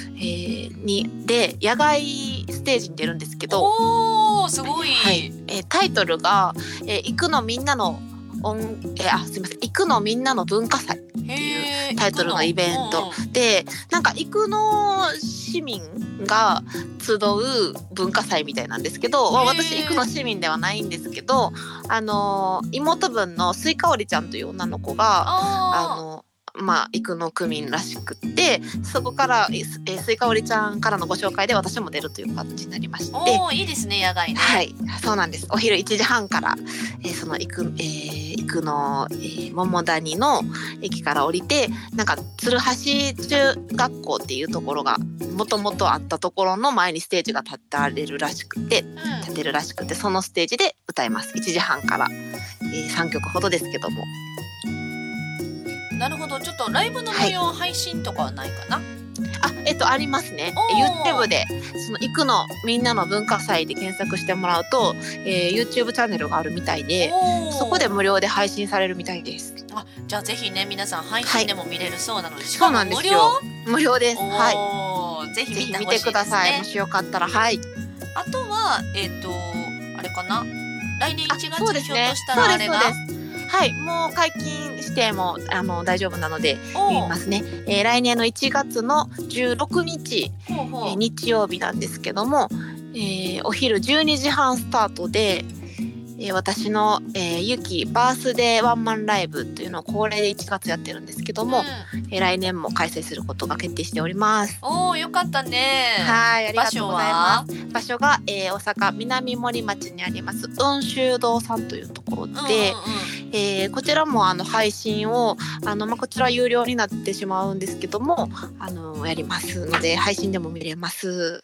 野外ステージに出るんですけど、 おーすごい、 はい、タイトルが、行くのみんなのすいません、行くのみんなの文化祭っていうタイトルのイベントで、なんか生野市民が集う文化祭みたいなんですけど、私生野市民ではないんですけど、妹分のスイカオリちゃんという女の子が生野区民らしくって、そこからスイカオリちゃんからのご紹介で私も出るという感じになりまして、 いいですね、野外ね。 はい、そうなんです。お昼1時半から、その生野、桃谷の駅から降りて、なんか鶴橋中学校っていうところがもともとあったところの前にステージが立てるらしくて、そのステージで歌います。1時半から、3曲ほどですけども。 なるほど。ちょっとライブの模様、配信とかはないかな？ ありますね。YouTube でその行くのみんなの文化祭で検索してもらうと、YouTube チャンネルがあるみたいで、そこで無料で配信されるみたいです。 じゃあぜひね、皆さん配信でも見れるそうなので、 しかも無料です。 はい、ぜひ見てください。もしよかったら。はい。 あとはあれかな、来年1月にひょっとしたらあれが、 はい、もう解禁しても大丈夫なので言いますね。来年の1月の16日、日曜日なんですけども、お昼12時半スタートで、私の、ゆきバースデーワンマンライブというのを恒例で1月やってるんですけども、来年も開催することが決定しております。 よかったね。 はい、ありがとうございます。場所が、大阪南森町にあります雲州堂さんというところで、こちらも配信をこちら有料になってしまうんですけども、やりますので配信でも見れます。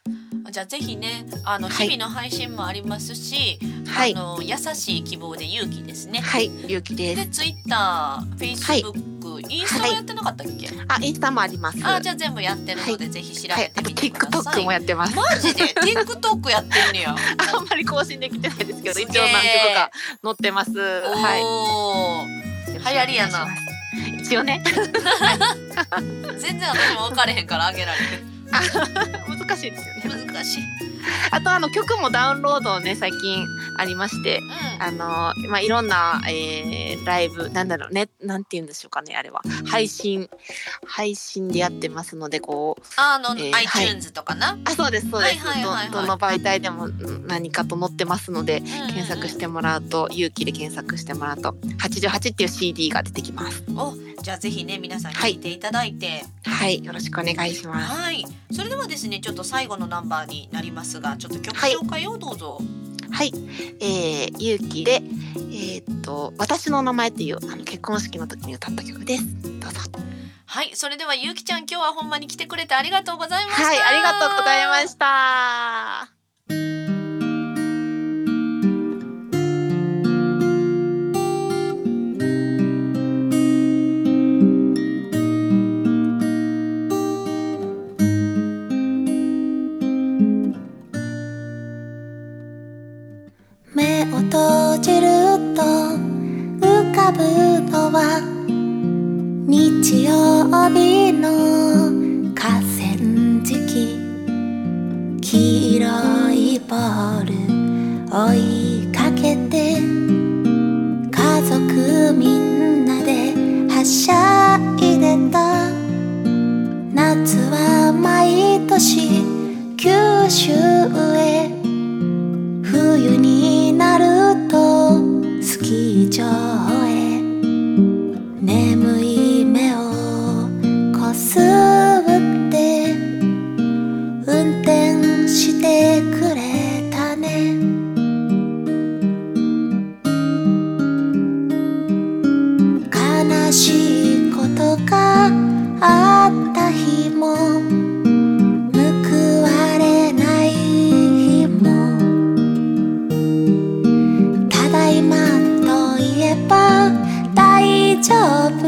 じゃあぜひね、日々の配信もありますし、優しい希望で勇気ですね。 はい、勇気です。 で、Twitter、Facebook、インスタもやってなかったっけ？ インスタもあります。 じゃあ全部やってるので、ぜひ調べてみてください。 TikTok もやってます。 マジで TikTok やってんねや。 あんまり更新できてないですけど、一応何曲か載ってます。はい。 流行りやな。 一応ね。 全然私も分かれへんからあげられる。 難しいですよね。 難しい。 あと曲もダウンロードね、最近ありまして、いろんな、ライブなんて言うんでしょうかね、あれは配信でやってますので、 iTunes とかな。 そうです。どの媒体でも何かと載ってますので、検索してもらうと、勇気で検索してもらうと88っていう CD が出てきます。 じゃあぜひね、皆さん聞いていただいて、 よろしくお願いします。 はい、それではですね、ちょっと最後のナンバーになりますが、ちょっと曲紹介をどうぞ。 はい、勇気で私の名前っていう結婚式の時に歌った曲です。どうぞ。 はい、それではゆうきちゃん、今日はほんまに来てくれてありがとうございました。 はい、ありがとうございました。 目を閉じると浮かぶのは日曜日の河川敷、黄色いボール追いかけて家族みんなではしゃいでた。夏は毎年九州へ、冬になるとスキー場へ、眠い目をこすってうば大丈夫、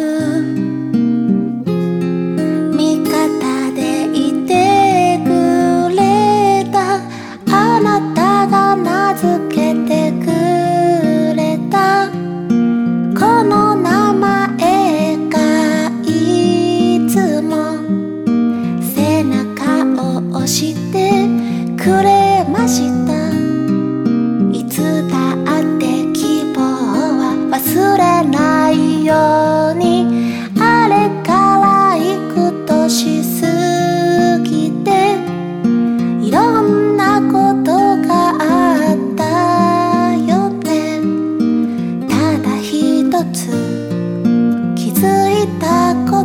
味方でいてくれたあなたが名付けてくれたこの名前がいつも背中を押してくれました。いつだって希望は忘れないように、あれから幾年過ぎていろんなことがあったよね。ただ一つ気づいたこと、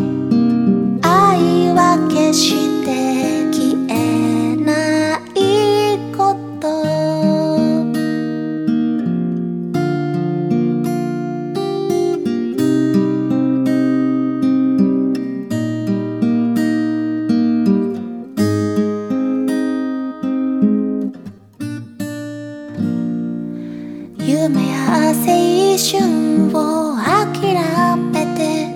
愛は決して消えないこと。夢や青春を諦めて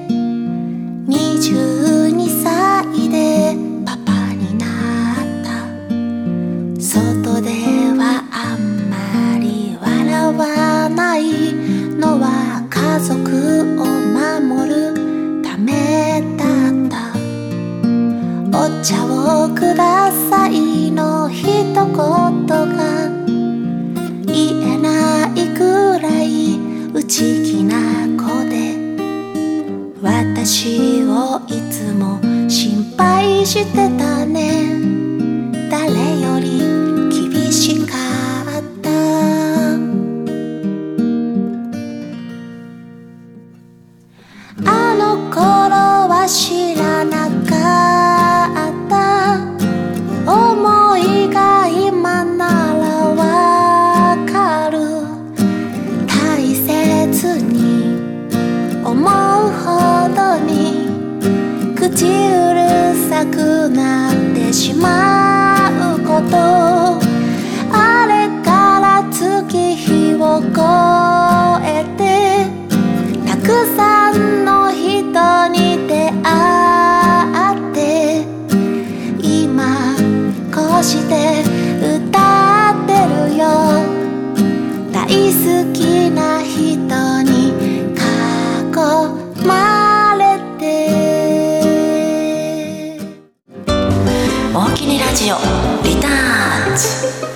22歳でパパになった。外ではあんまり笑わないのは家族を守るためだった。お茶をくださいの一言が言えないくらい内気な子で、私をいつも心配してたね。誰より厳しかった。あの頃は知らなかった。思いが今ならわかる。大切に思うほどに口うるさくなってしまうこと。あれから月日を越えてたくさんの人に出会って今こうして歌ってるよ。大好きな人に囲まれて。 大きにラジオリターンズ。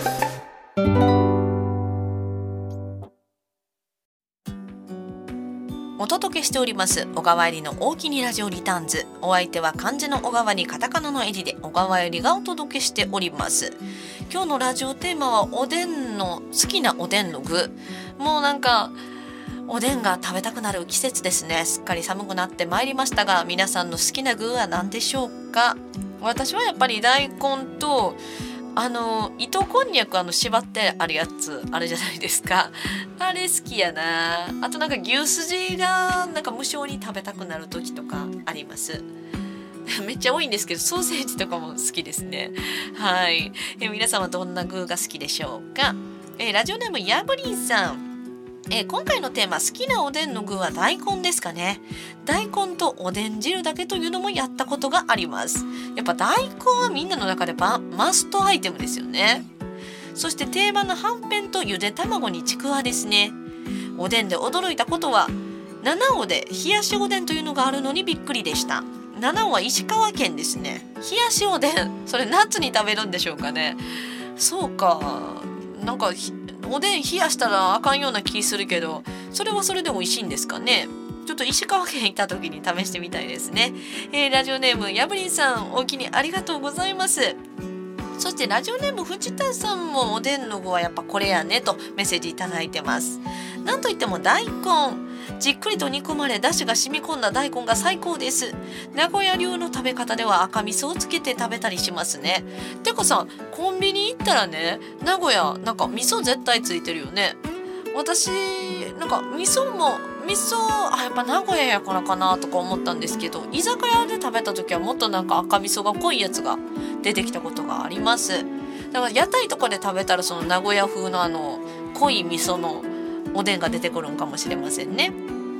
お届けしております小川えりの大きにラジオリターンズ。お相手は漢字の小川にカタカナのえりで小川えりがお届けしております。今日のラジオテーマはおでんの好きなおでんの具。もうなんかおでんが食べたくなる季節ですね。すっかり寒くなってまいりましたが、皆さんの好きな具は何でしょうか。私はやっぱり大根と糸こんにゃく縛ってあるやつあるじゃないですか。あれ好きやな。あとなんか牛すじがなんか無性に食べたくなる時とかあります。めっちゃ多いんですけど、ソーセージとかも好きですね。はい。皆さんはどんな具が好きでしょうか。ラジオネームやぶりんさん。今回のテーマ、好きなおでんの具は大根ですかね。大根とおでん汁だけというのもやったことがあります。やっぱ大根はみんなの中でマストアイテムですよね。そして定番のはんぺんとゆで卵にちくわですね。おでんで驚いたことは七尾で冷やしおでんというのがあるのにびっくりでした。七尾は石川県ですね。冷やしおでん、それ夏に食べるんでしょうかね。そうか、なんかおでん冷やしたらあかんような気するけど、それはそれで美味しいんですかね。ちょっと石川県行った時に試してみたいですね。ラジオネームやぶりんさん、お気にありがとうございます。そしてラジオネーム藤田さんもおでんの具はやっぱこれやねとメッセージいただいてます。なんといっても大根、じっくりと煮込まれ出汁が染み込んだ大根が最高です。名古屋流の食べ方では赤味噌をつけて食べたりしますね。てかさ、コンビニ行ったらね、名古屋なんか味噌絶対ついてるよね。私なんか味噌やっぱ名古屋やからかなとか思ったんですけど、居酒屋で食べた時はもっとなんか赤味噌が濃いやつが出てきたことがあります。だから屋台とかで食べたらその名古屋風の濃い味噌のおでんが出てくるんかもしれませんね。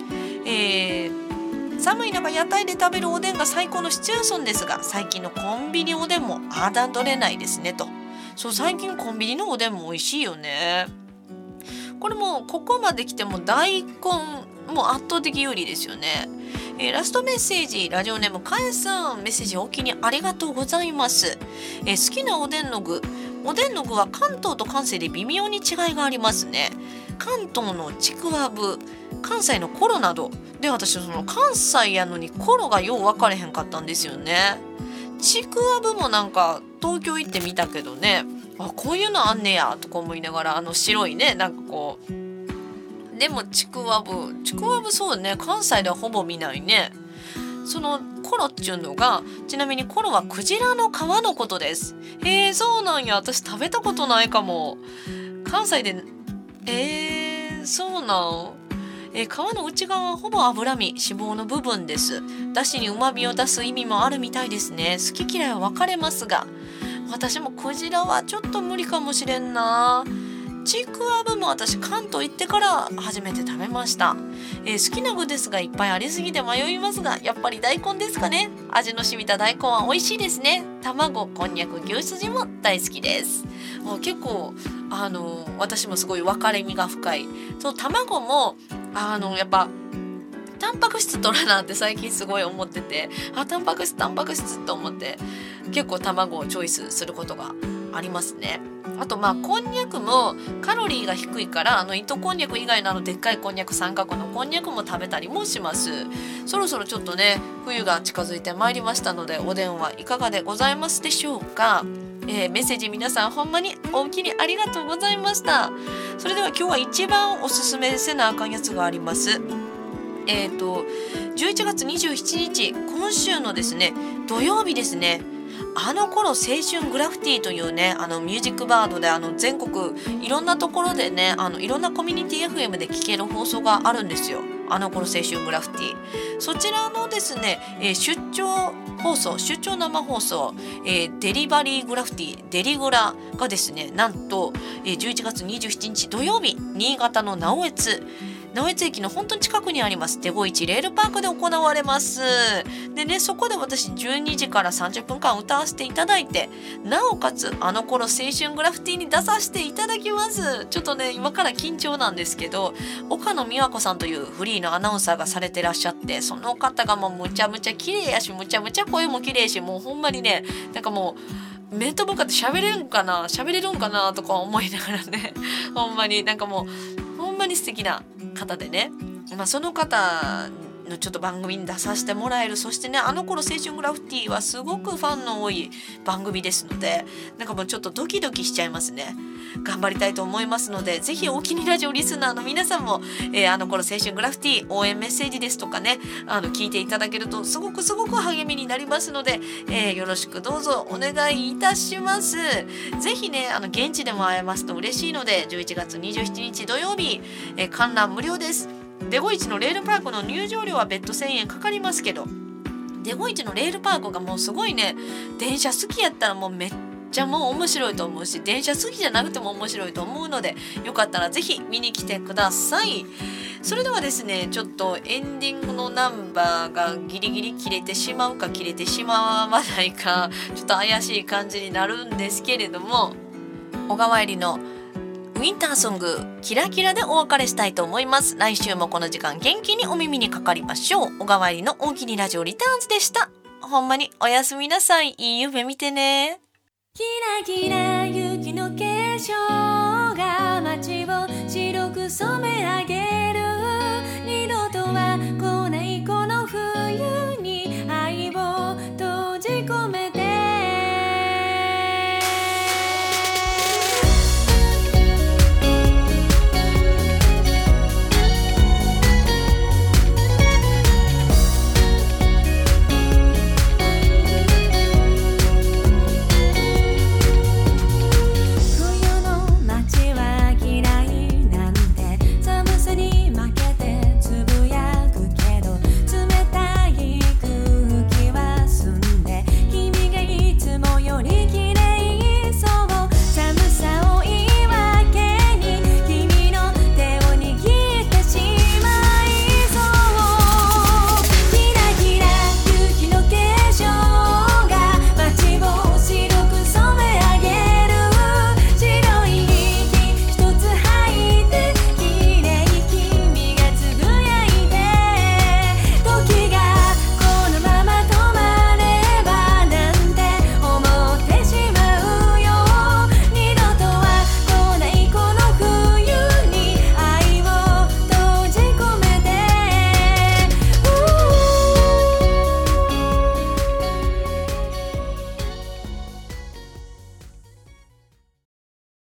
寒い中屋台で食べるおでんが最高のシチュエーションですが、最近のコンビニおでんも侮れないですねと。そう、最近コンビニのおでんも美味しいよね。これもここまで来ても大根も圧倒的有利ですよね。ラストメッセージ、ラジオネームかえさん、メッセージお気にありがとうございます。好きなおでんの具は関東と関西で微妙に違いがありますね。関東のちくわぶ、関西のコロなどで、私その関西やのにコロがよう分かれへんかったんですよね。ちくわぶもなんか東京行ってみたけどね、あ、こういうのあんねやとか思いながら、白いね、なんかこう、でもちくわぶそうね、関西ではほぼ見ないね。そのコロっていうのが、ちなみにコロはクジラの皮のことです。そうなんや、私食べたことないかも。関西でそうなん。皮の内側はほぼ脂身、脂肪の部分です。だしに旨味を出す意味もあるみたいですね。好き嫌いは分かれますが、私もクジラはちょっと無理かもしれんな。ちくわぶも私関東行ってから初めて食べました。好きな具ですがいっぱいありすぎて迷いますが、やっぱり大根ですかね。味の染みた大根は美味しいですね。卵、こんにゃく、牛すじも大好きです。結構私もすごい分かれ目が深い。そう卵もやっぱタンパク質取らなって最近すごい思ってて、タンパク質と思って結構卵をチョイスすることがありますね。あとこんにゃくもカロリーが低いから、糸こんにゃく以外のでっかいこんにゃく、三角のこんにゃくも食べたりもします。そろそろちょっとね冬が近づいてまいりましたので、おでんはいかがでございますでしょうか。メッセージ皆さんほんまにおおきにありがとうございました。それでは今日は一番おすすめせなあかんやつがあります。11月27日今週のですね土曜日ですね、あの頃青春グラフィティというねミュージックバードで全国いろんなところでねいろんなコミュニティ FM で聴ける放送があるんですよ。あの頃青春グラフィティ、そちらのですね、出張生放送、デリバリーグラフィティデリグラがですね、なんと、11月27日土曜日、新潟の直江津駅の本当に近くにありますデゴイチレールパークで行われます。でね、そこで私12時から30分間歌わせていただいて、なおかつあの頃青春グラフィティに出させていただきます。ちょっとね今から緊張なんですけど、岡野美和子さんというフリーのアナウンサーがされてらっしゃって、その方がもうむちゃむちゃ綺麗やし、むちゃむちゃ声も綺麗し、もうほんまにねなんかもう面と向かって喋れるんかなとか思いながらねほんまになんかもうほんまに素敵な方でね、その方のちょっと番組に出させてもらえる。そしてねあの頃青春グラフィティはすごくファンの多い番組ですので、なんかもうちょっとドキドキしちゃいますね。頑張りたいと思いますので、ぜひお気にラジオリスナーの皆さんも、あの頃青春グラフィティ応援メッセージですとかね聞いていただけるとすごく励みになりますので、よろしくどうぞお願いいたします。ぜひね現地でも会えますと嬉しいので、11月27日土曜日、観覧無料です。デゴイチのレールパークの入場料は別途1000円かかりますけど、デゴイチのレールパークがもうすごいね、電車好きやったらもうめっちゃもう面白いと思うし、電車好きじゃなくても面白いと思うので、よかったらぜひ見に来てください。それではですね、ちょっとエンディングのナンバーがギリギリ切れてしまうか切れてしまわないかちょっと怪しい感じになるんですけれども、小川えりのウィンターソングキラキラでお別れしたいと思います。来週もこの時間元気にお耳にかかりましょう。小川えりの大喜利ラジオリターンズでした。ほんまにおやすみなさい。いい夢見てね。 キラキラ雪の結晶が街を白く染め上げる